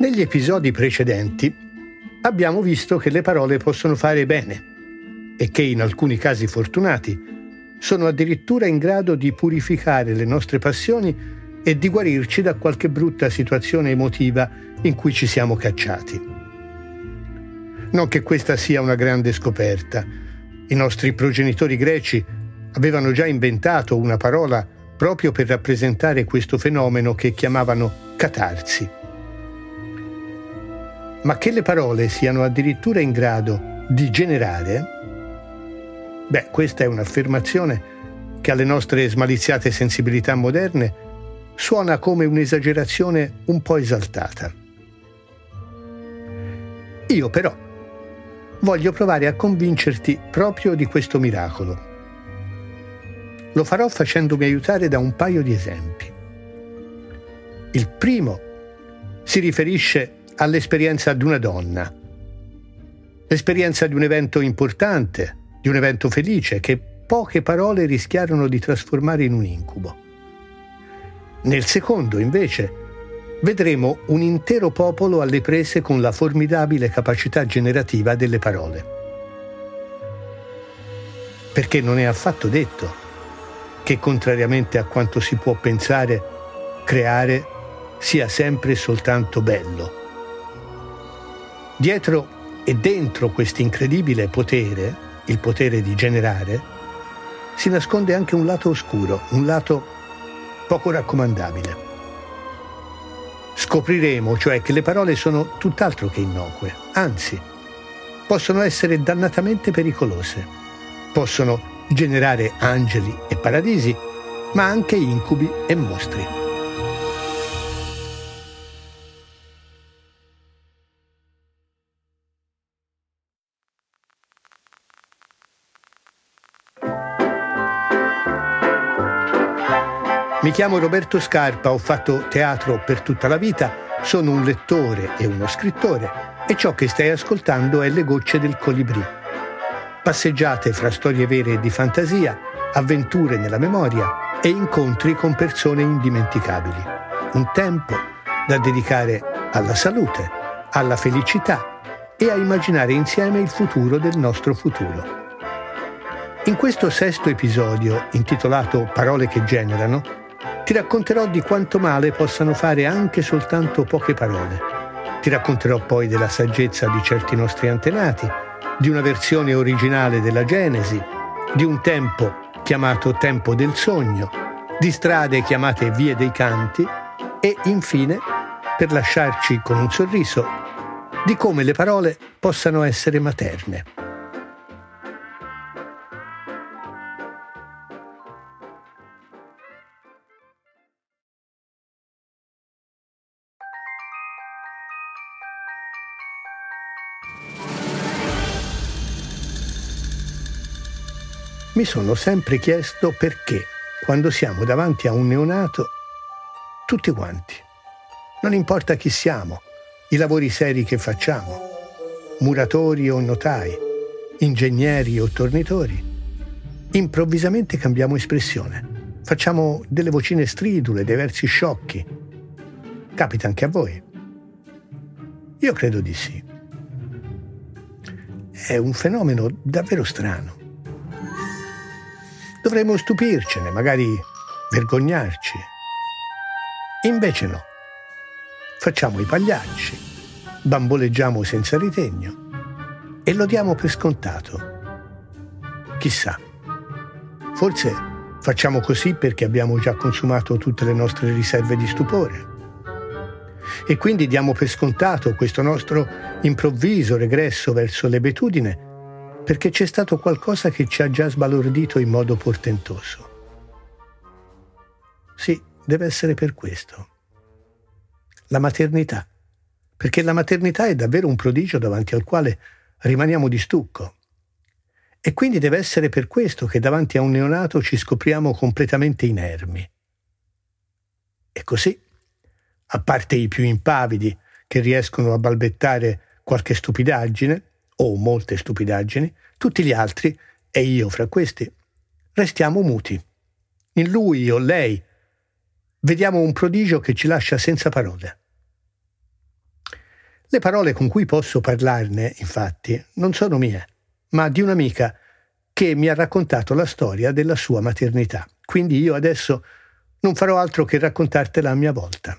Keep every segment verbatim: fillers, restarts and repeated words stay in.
Negli episodi precedenti abbiamo visto che le parole possono fare bene e che in alcuni casi fortunati sono addirittura in grado di purificare le nostre passioni e di guarirci da qualche brutta situazione emotiva in cui ci siamo cacciati. Non che questa sia una grande scoperta. I nostri progenitori greci avevano già inventato una parola proprio per rappresentare questo fenomeno che chiamavano catarsi. Ma che le parole siano addirittura in grado di generare? Beh, questa è un'affermazione che alle nostre smaliziate sensibilità moderne suona come un'esagerazione un po' esaltata. Io però voglio provare a convincerti proprio di questo miracolo. Lo farò facendomi aiutare da un paio di esempi. Il primo si riferisce all'esperienza di una donna, l'esperienza di un evento importante, di un evento felice che poche parole rischiarono di trasformare in un incubo. Nel secondo, invece, vedremo un intero popolo alle prese con la formidabile capacità generativa delle parole. Perché non è affatto detto che, contrariamente a quanto si può pensare, creare sia sempre soltanto bello. Dietro e dentro questo incredibile potere, il potere di generare, si nasconde anche un lato oscuro, un lato poco raccomandabile. Scopriremo, cioè, che le parole sono tutt'altro che innocue, anzi, possono essere dannatamente pericolose. Possono generare angeli e paradisi, ma anche incubi e mostri. Mi chiamo Roberto Scarpa, ho fatto teatro per tutta la vita, sono un lettore e uno scrittore e ciò che stai ascoltando è Le gocce del colibrì. Passeggiate fra storie vere e di fantasia, avventure nella memoria e incontri con persone indimenticabili. Un tempo da dedicare alla salute, alla felicità e a immaginare insieme il futuro del nostro futuro. In questo sesto episodio, intitolato Parole che generano, ti racconterò di quanto male possano fare anche soltanto poche parole. Ti racconterò poi della saggezza di certi nostri antenati, di una versione originale della Genesi, di un tempo chiamato tempo del sogno, di strade chiamate vie dei canti e, infine, per lasciarci con un sorriso, di come le parole possano essere materne. Mi sono sempre chiesto perché, quando siamo davanti a un neonato, tutti quanti, non importa chi siamo, i lavori seri che facciamo, muratori o notai, ingegneri o tornitori, improvvisamente cambiamo espressione, facciamo delle vocine stridule, dei versi sciocchi. Capita anche a voi? Io credo di sì. È un fenomeno davvero strano. Dovremmo stupircene, magari vergognarci. Invece no. Facciamo i pagliacci, bamboleggiamo senza ritegno e lo diamo per scontato. Chissà, forse facciamo così perché abbiamo già consumato tutte le nostre riserve di stupore. E quindi diamo per scontato questo nostro improvviso regresso verso l'ebetudine perché c'è stato qualcosa che ci ha già sbalordito in modo portentoso. Sì, deve essere per questo. La maternità. Perché la maternità è davvero un prodigio davanti al quale rimaniamo di stucco. E quindi deve essere per questo che davanti a un neonato ci scopriamo completamente inermi. E così, a parte i più impavidi che riescono a balbettare qualche stupidaggine, o molte stupidaggini, tutti gli altri, e io fra questi, restiamo muti. In lui o lei vediamo un prodigio che ci lascia senza parole. Le parole con cui posso parlarne, infatti, non sono mie, ma di un'amica che mi ha raccontato la storia della sua maternità. Quindi io adesso non farò altro che raccontartela a mia volta.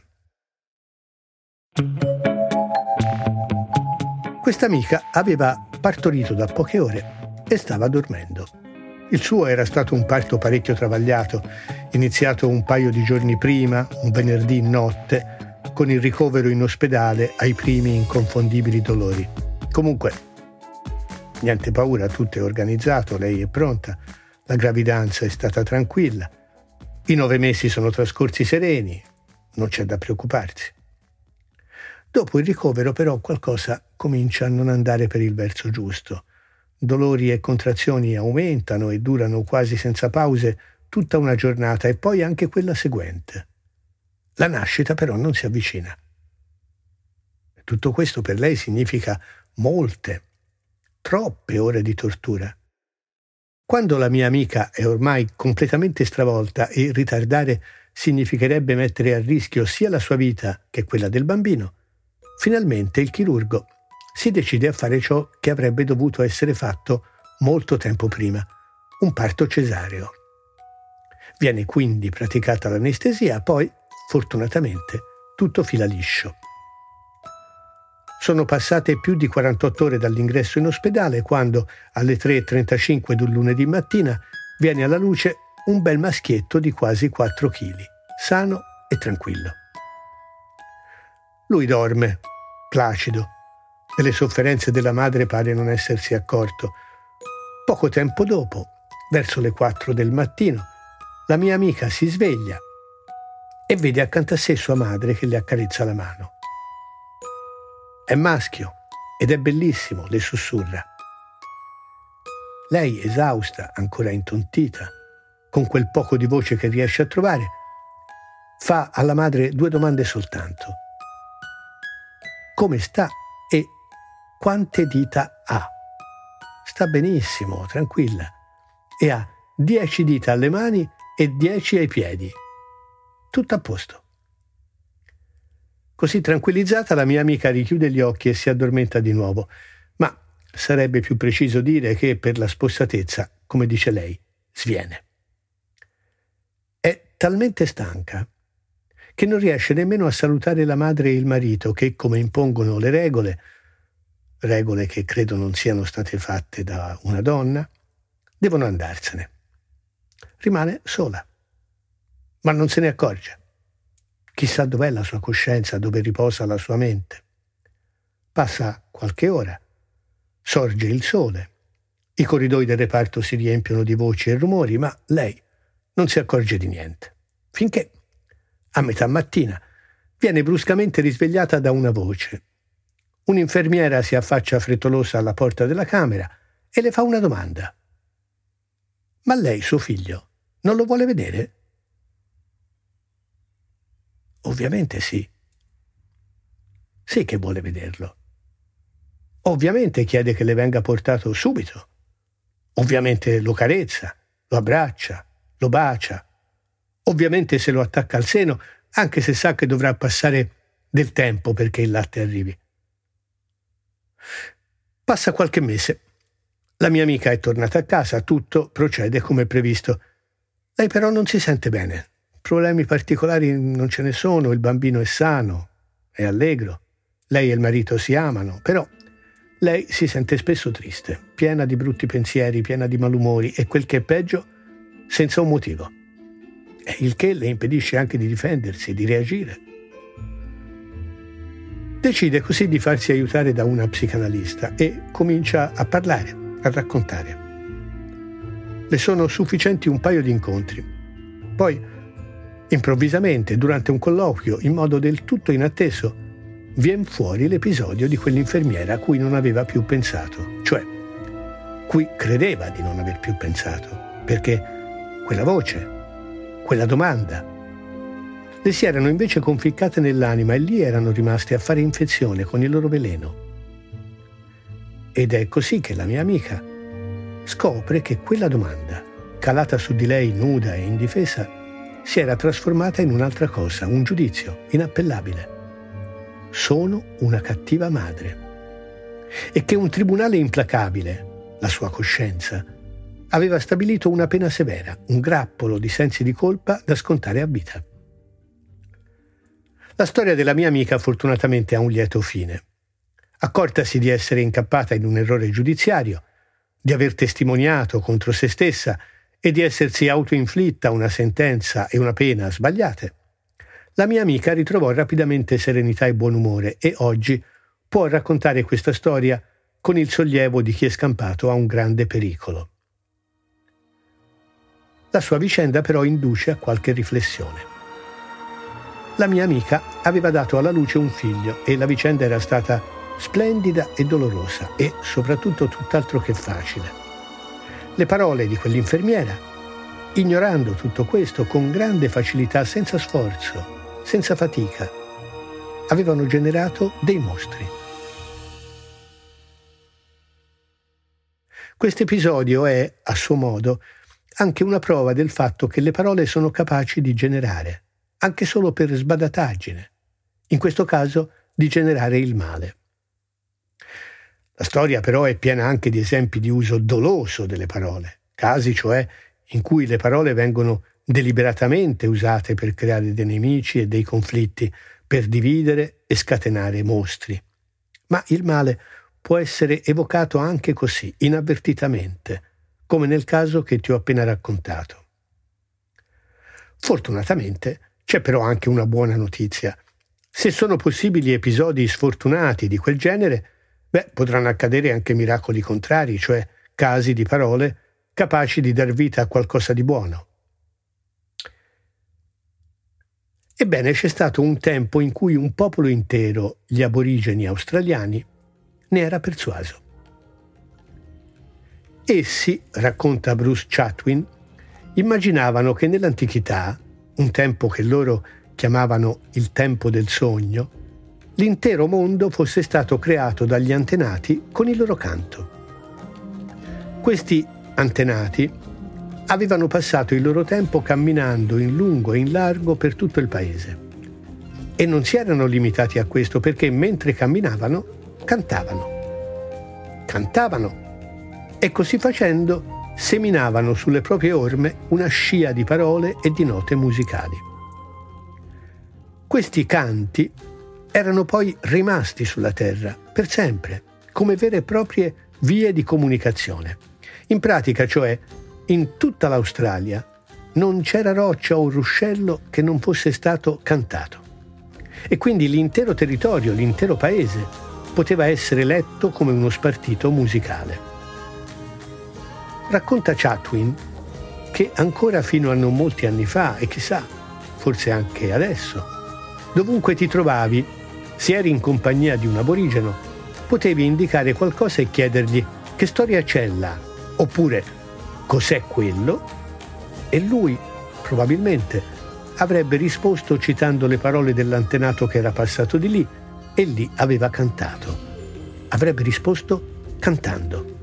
Questa amica aveva partorito da poche ore e stava dormendo. Il suo era stato un parto parecchio travagliato, iniziato un paio di giorni prima, un venerdì notte, con il ricovero in ospedale ai primi inconfondibili dolori. Comunque, niente paura, tutto è organizzato, lei è pronta, la gravidanza è stata tranquilla, i nove mesi sono trascorsi sereni, non c'è da preoccuparsi. Dopo il ricovero però qualcosa comincia a non andare per il verso giusto. Dolori e contrazioni aumentano e durano quasi senza pause tutta una giornata e poi anche quella seguente. La nascita però non si avvicina. Tutto questo per lei significa molte, troppe ore di tortura. Quando la mia amica è ormai completamente stravolta e ritardare significherebbe mettere a rischio sia la sua vita che quella del bambino, finalmente il chirurgo si decide a fare ciò che avrebbe dovuto essere fatto molto tempo prima, un parto cesareo. Viene quindi praticata l'anestesia, poi fortunatamente tutto fila liscio. Sono passate più di quarantotto ore dall'ingresso in ospedale quando, alle tre e trentacinque del lunedì mattina, viene alla luce un bel maschietto di quasi quattro chili, sano e tranquillo. Lui dorme, placido. Delle sofferenze della madre pare non essersi accorto. Poco tempo dopo, verso le quattro del mattino, la mia amica si sveglia e vede accanto a sé sua madre che le accarezza la mano. È maschio ed è bellissimo, le sussurra. Lei, esausta, ancora intontita, con quel poco di voce che riesce a trovare, fa alla madre due domande soltanto. Come sta e quante dita ha? Sta benissimo, tranquilla, e ha dieci dita alle mani e dieci ai piedi. Tutto a posto. Così tranquillizzata la mia amica richiude gli occhi e si addormenta di nuovo, ma sarebbe più preciso dire che per la spossatezza, come dice lei, sviene. È talmente stanca che non riesce nemmeno a salutare la madre e il marito che, come impongono le regole, regole che credo non siano state fatte da una donna, devono andarsene. Rimane sola, ma non se ne accorge. Chissà dov'è la sua coscienza, dove riposa la sua mente. Passa qualche ora, sorge il sole, i corridoi del reparto si riempiono di voci e rumori, ma lei non si accorge di niente, finché, a metà mattina, viene bruscamente risvegliata da una voce. Un'infermiera si affaccia frettolosa alla porta della camera e le fa una domanda. Ma lei, suo figlio, non lo vuole vedere? Ovviamente sì. Sì che vuole vederlo. Ovviamente chiede che le venga portato subito. Ovviamente lo carezza, lo abbraccia, lo bacia. Ovviamente se lo attacca al seno, anche se sa che dovrà passare del tempo perché il latte arrivi. Passa qualche mese. La mia amica è tornata a casa, tutto procede come previsto. Lei però non si sente bene. Problemi particolari non ce ne sono, il bambino è sano, è allegro, lei e il marito si amano, però lei si sente spesso triste, piena di brutti pensieri, piena di malumori e quel che è peggio, senza un motivo. E il che le impedisce anche di difendersi, di reagire. Decide così di farsi aiutare da una psicanalista e comincia a parlare, a raccontare. Le sono sufficienti un paio di incontri. Poi, improvvisamente, durante un colloquio, in modo del tutto inatteso, vien fuori l'episodio di quell'infermiera a cui non aveva più pensato, cioè, cui credeva di non aver più pensato, perché quella voce, quella domanda, le si erano invece conficcate nell'anima e lì erano rimaste a fare infezione con il loro veleno. Ed è così che la mia amica scopre che quella domanda, calata su di lei nuda e indifesa, si era trasformata in un'altra cosa, un giudizio inappellabile. sono una cattiva madre, e che un tribunale implacabile, la sua coscienza, aveva stabilito una pena severa, un grappolo di sensi di colpa da scontare a vita. La storia della mia amica fortunatamente ha un lieto fine. Accortasi di essere incappata in un errore giudiziario, di aver testimoniato contro se stessa e di essersi autoinflitta una sentenza e una pena sbagliate, la mia amica ritrovò rapidamente serenità e buon umore e oggi può raccontare questa storia con il sollievo di chi è scampato a un grande pericolo. La sua vicenda però induce a qualche riflessione. La mia amica aveva dato alla luce un figlio e la vicenda era stata splendida e dolorosa e soprattutto tutt'altro che facile. Le parole di quell'infermiera, ignorando tutto questo con grande facilità, senza sforzo, senza fatica, avevano generato dei mostri. Questo episodio è, a suo modo, anche una prova del fatto che le parole sono capaci di generare, anche solo per sbadataggine, in questo caso di generare il male. La storia però è piena anche di esempi di uso doloso delle parole, casi cioè in cui le parole vengono deliberatamente usate per creare dei nemici e dei conflitti, per dividere e scatenare mostri. Ma il male può essere evocato anche così, inavvertitamente, come nel caso che ti ho appena raccontato. Fortunatamente c'è però anche una buona notizia. Se sono possibili episodi sfortunati di quel genere, beh, potranno accadere anche miracoli contrari, cioè casi di parole capaci di dar vita a qualcosa di buono. Ebbene, c'è stato un tempo in cui un popolo intero, gli aborigeni australiani, ne era persuaso. Essi, racconta Bruce Chatwin, immaginavano che nell'antichità, un tempo che loro chiamavano il tempo del sogno, l'intero mondo fosse stato creato dagli antenati con il loro canto. Questi antenati avevano passato il loro tempo camminando in lungo e in largo per tutto il paese e non si erano limitati a questo, perché mentre camminavano cantavano. Cantavano e così facendo seminavano sulle proprie orme una scia di parole e di note musicali. Questi canti erano poi rimasti sulla terra per sempre, come vere e proprie vie di comunicazione. In pratica, cioè, in tutta l'Australia non c'era roccia o ruscello che non fosse stato cantato. E quindi l'intero territorio, l'intero paese, poteva essere letto come uno spartito musicale. Racconta Chatwin che ancora fino a non molti anni fa, e chissà, forse anche adesso, dovunque ti trovavi, se eri in compagnia di un aborigeno, potevi indicare qualcosa e chiedergli che storia c'è là, oppure cos'è quello, e lui probabilmente avrebbe risposto citando le parole dell'antenato che era passato di lì, e lì aveva cantato. Avrebbe risposto cantando.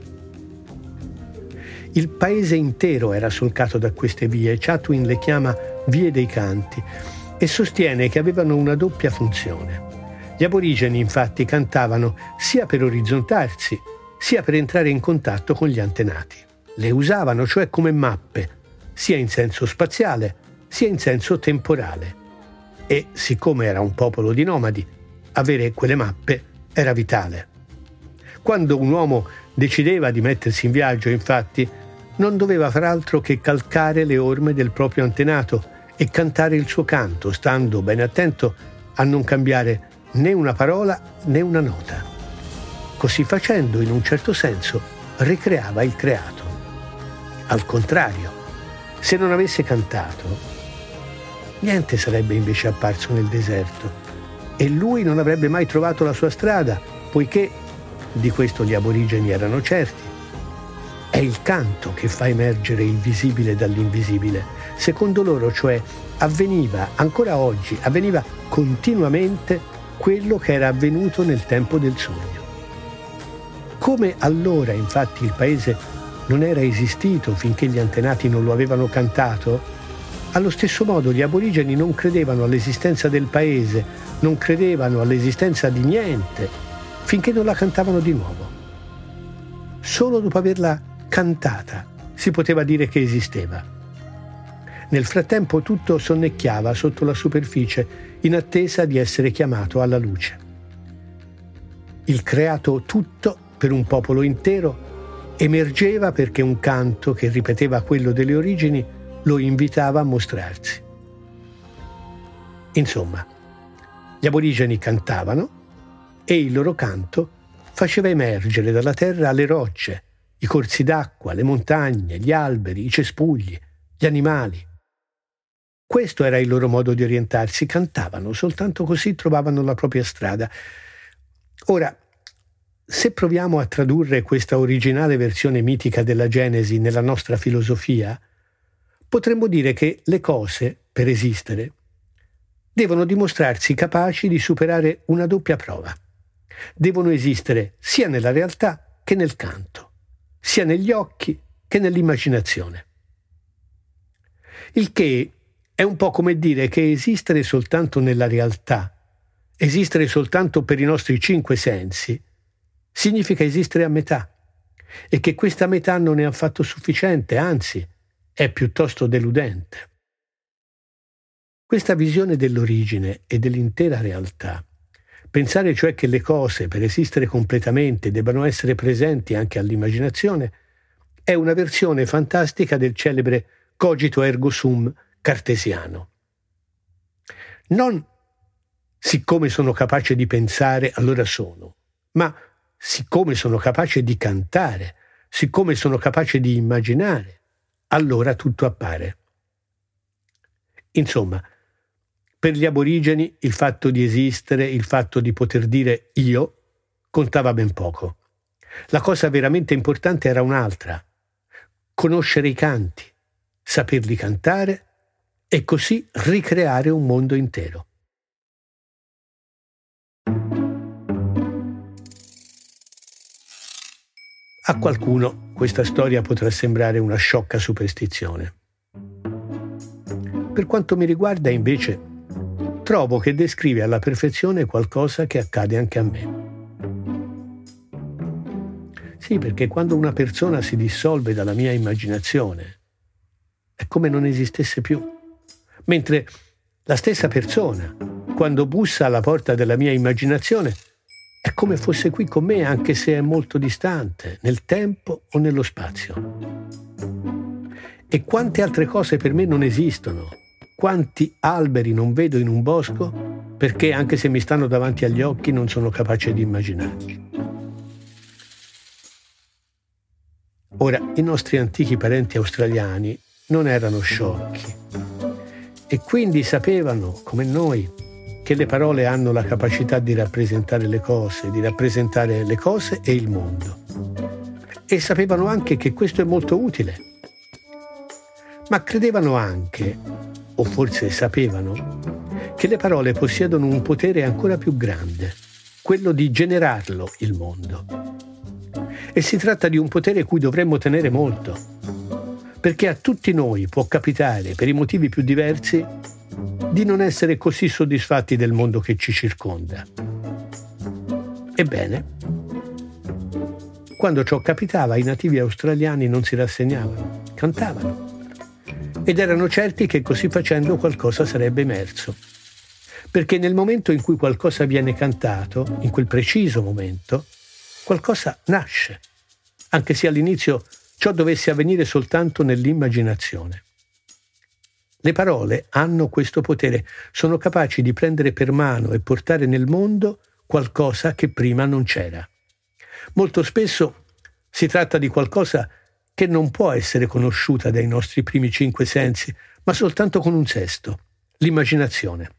Il paese intero era solcato da queste vie. Chatwin le chiama vie dei canti e sostiene che avevano una doppia funzione. Gli aborigeni infatti cantavano sia per orizzontarsi, sia per entrare in contatto con gli antenati. Le usavano cioè come mappe, sia in senso spaziale, sia in senso temporale. E siccome era un popolo di nomadi, avere quelle mappe era vitale. Quando un uomo decideva di mettersi in viaggio, infatti, non doveva far altro che calcare le orme del proprio antenato e cantare il suo canto, stando ben attento a non cambiare né una parola né una nota. Così facendo, in un certo senso, ricreava il creato. Al contrario, se non avesse cantato, niente sarebbe invece apparso nel deserto e lui non avrebbe mai trovato la sua strada, poiché, di questo gli aborigeni erano certi, è il canto che fa emergere il visibile dall'invisibile. Secondo loro, cioè, avveniva, ancora oggi, avveniva continuamente quello che era avvenuto nel tempo del sogno. Come allora, infatti, il paese non era esistito finché gli antenati non lo avevano cantato, Allo stesso modo gli aborigeni non credevano all'esistenza del paese, non credevano all'esistenza di niente, finché non la cantavano di nuovo. Solo dopo averla cantata si poteva dire che esisteva. Nel frattempo tutto sonnecchiava sotto la superficie in attesa di essere chiamato alla luce. Il creato tutto per un popolo intero emergeva perché un canto che ripeteva quello delle origini lo invitava a mostrarsi. Insomma, gli aborigeni cantavano e il loro canto faceva emergere dalla terra le rocce, i corsi d'acqua, le montagne, gli alberi, i cespugli, gli animali. Questo era il loro modo di orientarsi, cantavano, soltanto così trovavano la propria strada. Ora, se proviamo a tradurre questa originale versione mitica della Genesi nella nostra filosofia, potremmo dire che le cose, per esistere, devono dimostrarsi capaci di superare una doppia prova. Devono esistere sia nella realtà che nel canto, sia negli occhi che nell'immaginazione. Il che è un po' come dire che esistere soltanto nella realtà, esistere soltanto per i nostri cinque sensi, significa esistere a metà, e che questa metà non è affatto sufficiente, anzi, è piuttosto deludente. Questa visione dell'origine e dell'intera realtà, pensare cioè che le cose per esistere completamente debbano essere presenti anche all'immaginazione, è una versione fantastica del celebre cogito ergo sum cartesiano. Non siccome sono capace di pensare, allora sono, ma siccome sono capace di cantare, siccome sono capace di immaginare, allora tutto appare. Insomma, per gli aborigeni il fatto di esistere, il fatto di poter dire io, contava ben poco. La cosa veramente importante era un'altra: conoscere i canti, saperli cantare e così ricreare un mondo intero. A qualcuno questa storia potrà sembrare una sciocca superstizione. Per quanto mi riguarda, invece, trovo che descrive alla perfezione qualcosa che accade anche a me. Sì, perché quando una persona si dissolve dalla mia immaginazione, è come non esistesse più. Mentre la stessa persona, quando bussa alla porta della mia immaginazione, è come fosse qui con me, anche se è molto distante, nel tempo o nello spazio. E quante altre cose per me non esistono, quanti alberi non vedo in un bosco, perché anche se mi stanno davanti agli occhi non sono capace di immaginarli. Ora, i nostri antichi parenti australiani non erano sciocchi e quindi sapevano, come noi, che le parole hanno la capacità di rappresentare le cose, di rappresentare le cose e il mondo. E sapevano anche che questo è molto utile. Ma credevano anche, o forse sapevano, che le parole possiedono un potere ancora più grande, quello di generarlo il mondo. E si tratta di un potere cui dovremmo tenere molto, perché a tutti noi può capitare, per i motivi più diversi, di non essere così soddisfatti del mondo che ci circonda. Ebbene, quando ciò capitava, i nativi australiani non si rassegnavano, cantavano, ed erano certi che così facendo qualcosa sarebbe emerso. Perché nel momento in cui qualcosa viene cantato, in quel preciso momento, qualcosa nasce, anche se all'inizio ciò dovesse avvenire soltanto nell'immaginazione. Le parole hanno questo potere, sono capaci di prendere per mano e portare nel mondo qualcosa che prima non c'era. Molto spesso si tratta di qualcosa che non può essere conosciuta dai nostri primi cinque sensi, ma soltanto con un sesto, l'immaginazione.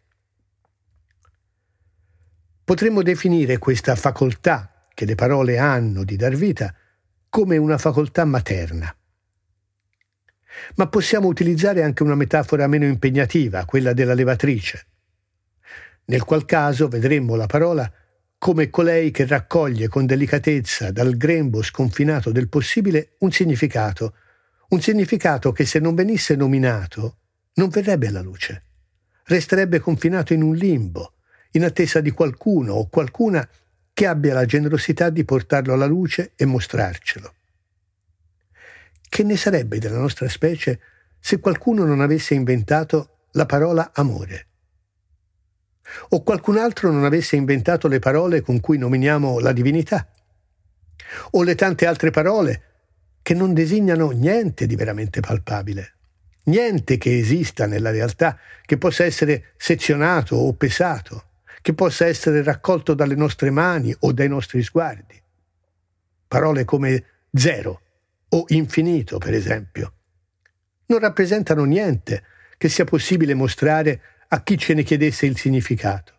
Potremmo definire questa facoltà che le parole hanno di dar vita come una facoltà materna. Ma possiamo utilizzare anche una metafora meno impegnativa, quella della levatrice, nel qual caso vedremmo la parola come colei che raccoglie con delicatezza dal grembo sconfinato del possibile un significato, un significato che se non venisse nominato non verrebbe alla luce. Resterebbe confinato in un limbo, in attesa di qualcuno o qualcuna che abbia la generosità di portarlo alla luce e mostrarcelo. Che ne sarebbe della nostra specie se qualcuno non avesse inventato la parola amore? O qualcun altro non avesse inventato le parole con cui nominiamo la divinità? O le tante altre parole che non designano niente di veramente palpabile, niente che esista nella realtà, che possa essere sezionato o pesato, che possa essere raccolto dalle nostre mani o dai nostri sguardi. Parole come zero o infinito, per esempio, non rappresentano niente che sia possibile mostrare a chi ce ne chiedesse il significato.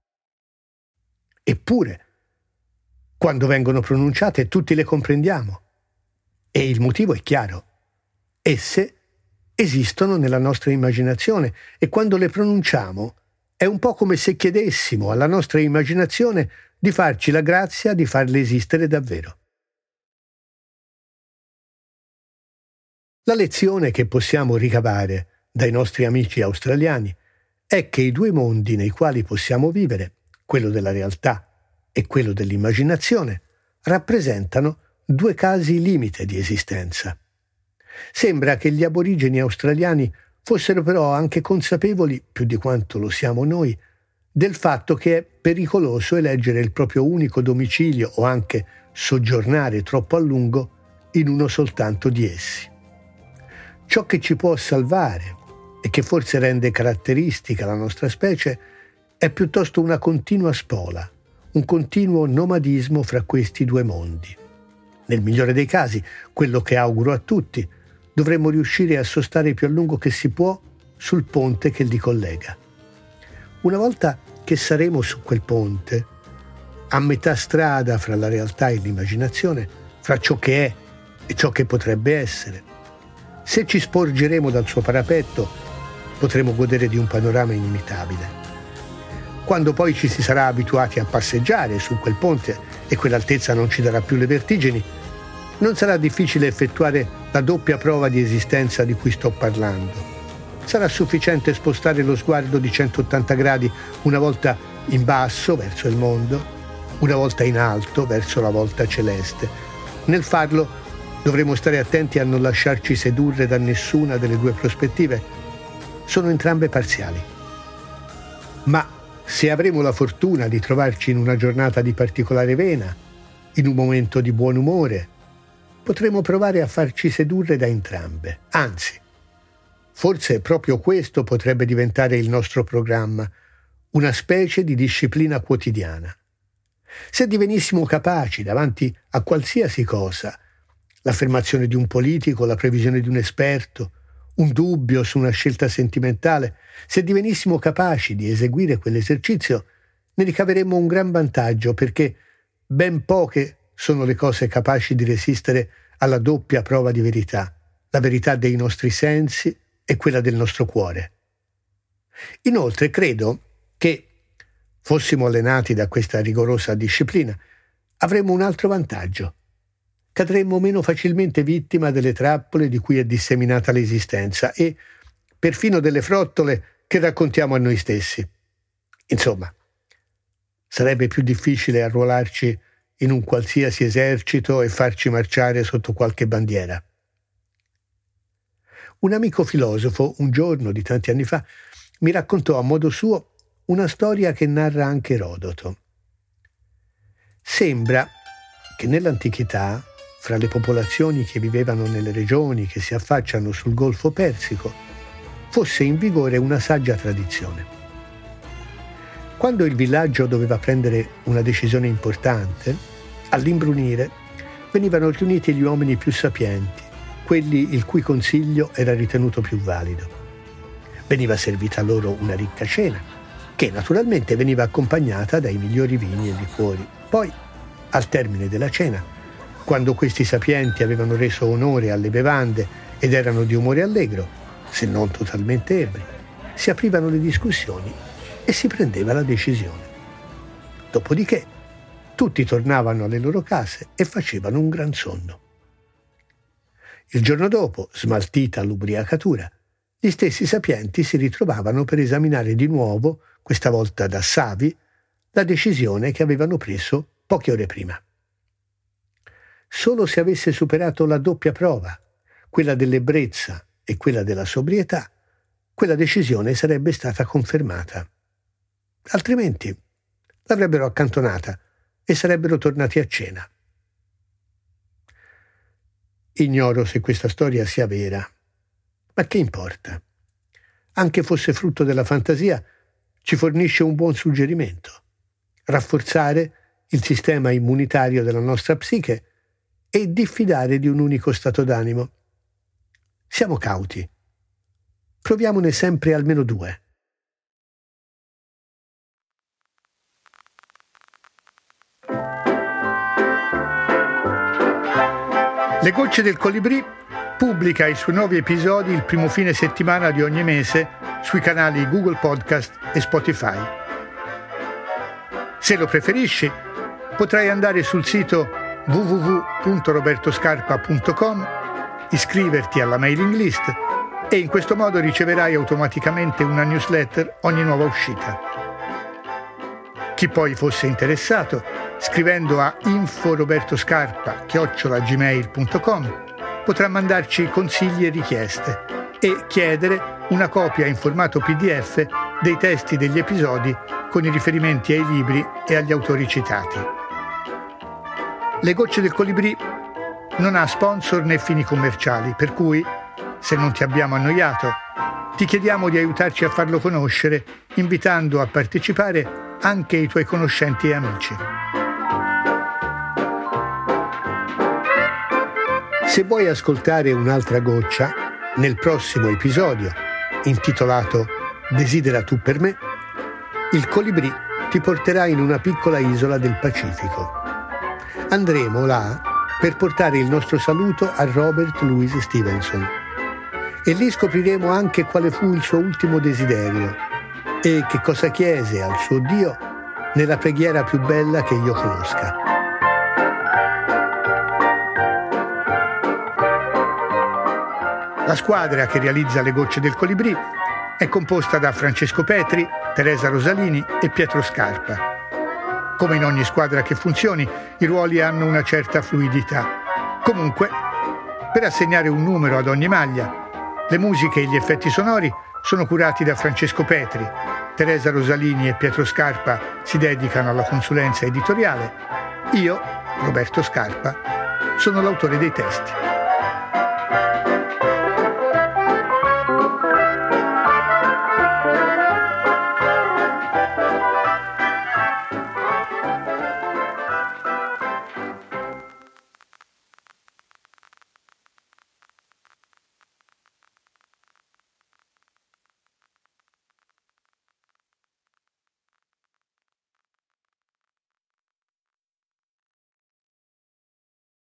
Eppure, quando vengono pronunciate, tutti le comprendiamo. E il motivo è chiaro. Esse esistono nella nostra immaginazione e quando le pronunciamo è un po' come se chiedessimo alla nostra immaginazione di farci la grazia di farle esistere davvero. La lezione che possiamo ricavare dai nostri amici australiani è che i due mondi nei quali possiamo vivere, quello della realtà e quello dell'immaginazione, rappresentano due casi limite di esistenza. Sembra che gli aborigeni australiani fossero però anche consapevoli, più di quanto lo siamo noi, del fatto che è pericoloso eleggere il proprio unico domicilio o anche soggiornare troppo a lungo in uno soltanto di essi. Ciò che ci può salvare e che forse rende caratteristica la nostra specie è piuttosto una continua spola, un continuo nomadismo fra questi due mondi. Nel migliore dei casi, quello che auguro a tutti, dovremmo riuscire a sostare il più a lungo che si può sul ponte che li collega. Una volta che saremo su quel ponte, a metà strada fra la realtà e l'immaginazione, fra ciò che è e ciò che potrebbe essere, se ci sporgeremo dal suo parapetto, potremo godere di un panorama inimitabile. Quando poi ci si sarà abituati a passeggiare su quel ponte e quell'altezza non ci darà più le vertigini, non sarà difficile effettuare la doppia prova di esistenza di cui sto parlando. Sarà sufficiente spostare lo sguardo di centottanta gradi una volta in basso verso il mondo, una volta in alto verso la volta celeste. Nel farlo dovremo stare attenti a non lasciarci sedurre da nessuna delle due prospettive. Sono entrambe parziali. Ma se avremo la fortuna di trovarci in una giornata di particolare vena, in un momento di buon umore, potremo provare a farci sedurre da entrambe. Anzi, forse proprio questo potrebbe diventare il nostro programma, una specie di disciplina quotidiana. Se divenissimo capaci, davanti a qualsiasi cosa, l'affermazione di un politico, la previsione di un esperto, un dubbio su una scelta sentimentale, se divenissimo capaci di eseguire quell'esercizio, ne ricaveremmo un gran vantaggio, perché ben poche sono le cose capaci di resistere alla doppia prova di verità, la verità dei nostri sensi e quella del nostro cuore. Inoltre credo che, fossimo allenati da questa rigorosa disciplina, avremmo un altro vantaggio. Cadremmo meno facilmente vittima delle trappole di cui è disseminata l'esistenza e perfino delle frottole che raccontiamo a noi stessi. Insomma, sarebbe più difficile arruolarci in un qualsiasi esercito e farci marciare sotto qualche bandiera. Un amico filosofo, un giorno di tanti anni fa, mi raccontò a modo suo una storia che narra anche Erodoto. Sembra che nell'antichità, fra le popolazioni che vivevano nelle regioni che si affacciano sul Golfo Persico, fosse in vigore una saggia tradizione. Quando il villaggio doveva prendere una decisione importante, all'imbrunire venivano riuniti gli uomini più sapienti, quelli il cui consiglio era ritenuto più valido. Veniva servita loro una ricca cena, che naturalmente veniva accompagnata dai migliori vini e liquori. Poi, al termine della cena, quando questi sapienti avevano reso onore alle bevande ed erano di umore allegro, se non totalmente ebbri, si aprivano le discussioni e si prendeva la decisione. Dopodiché, tutti tornavano alle loro case e facevano un gran sonno. Il giorno dopo, smaltita l'ubriacatura, gli stessi sapienti si ritrovavano per esaminare di nuovo, questa volta da savi, la decisione che avevano preso poche ore prima. Solo se avesse superato la doppia prova, quella dell'ebbrezza e quella della sobrietà, quella decisione sarebbe stata confermata. Altrimenti l'avrebbero accantonata e sarebbero tornati a cena. Ignoro se questa storia sia vera, ma che importa? Anche fosse frutto della fantasia, ci fornisce un buon suggerimento: rafforzare il sistema immunitario della nostra psiche e diffidare di un unico stato d'animo. Siamo cauti. Proviamone sempre almeno due. Le Gocce del Colibrì pubblica i suoi nuovi episodi il primo fine settimana di ogni mese sui canali Google Podcast e Spotify. Se lo preferisci, potrai andare sul sito w w w punto roberto scarpa punto com, iscriverti alla mailing list e in questo modo riceverai automaticamente una newsletter ogni nuova uscita. Chi poi fosse interessato, scrivendo a info robertoscarpa chiocciola gmail punto com, potrà mandarci consigli e richieste e chiedere una copia in formato P D F dei testi degli episodi con i riferimenti ai libri e agli autori citati. Le Gocce del Colibrì non ha sponsor né fini commerciali, per cui, se non ti abbiamo annoiato, ti chiediamo di aiutarci a farlo conoscere, invitando a partecipare anche i tuoi conoscenti e amici. Se vuoi ascoltare un'altra goccia, nel prossimo episodio, intitolato Desidera tu per me, il Colibrì ti porterà in una piccola isola del Pacifico. Andremo là per portare il nostro saluto a Robert Louis Stevenson e lì scopriremo anche quale fu il suo ultimo desiderio e che cosa chiese al suo Dio nella preghiera più bella che io conosca. La squadra che realizza Le Gocce del Colibrì è composta da Francesco Petri, Teresa Rosalini e Pietro Scarpa. Come in ogni squadra che funzioni, i ruoli hanno una certa fluidità. Comunque, per assegnare un numero ad ogni maglia, le musiche e gli effetti sonori sono curati da Francesco Petri, Teresa Rosalini e Pietro Scarpa si dedicano alla consulenza editoriale, io, Roberto Scarpa, sono l'autore dei testi.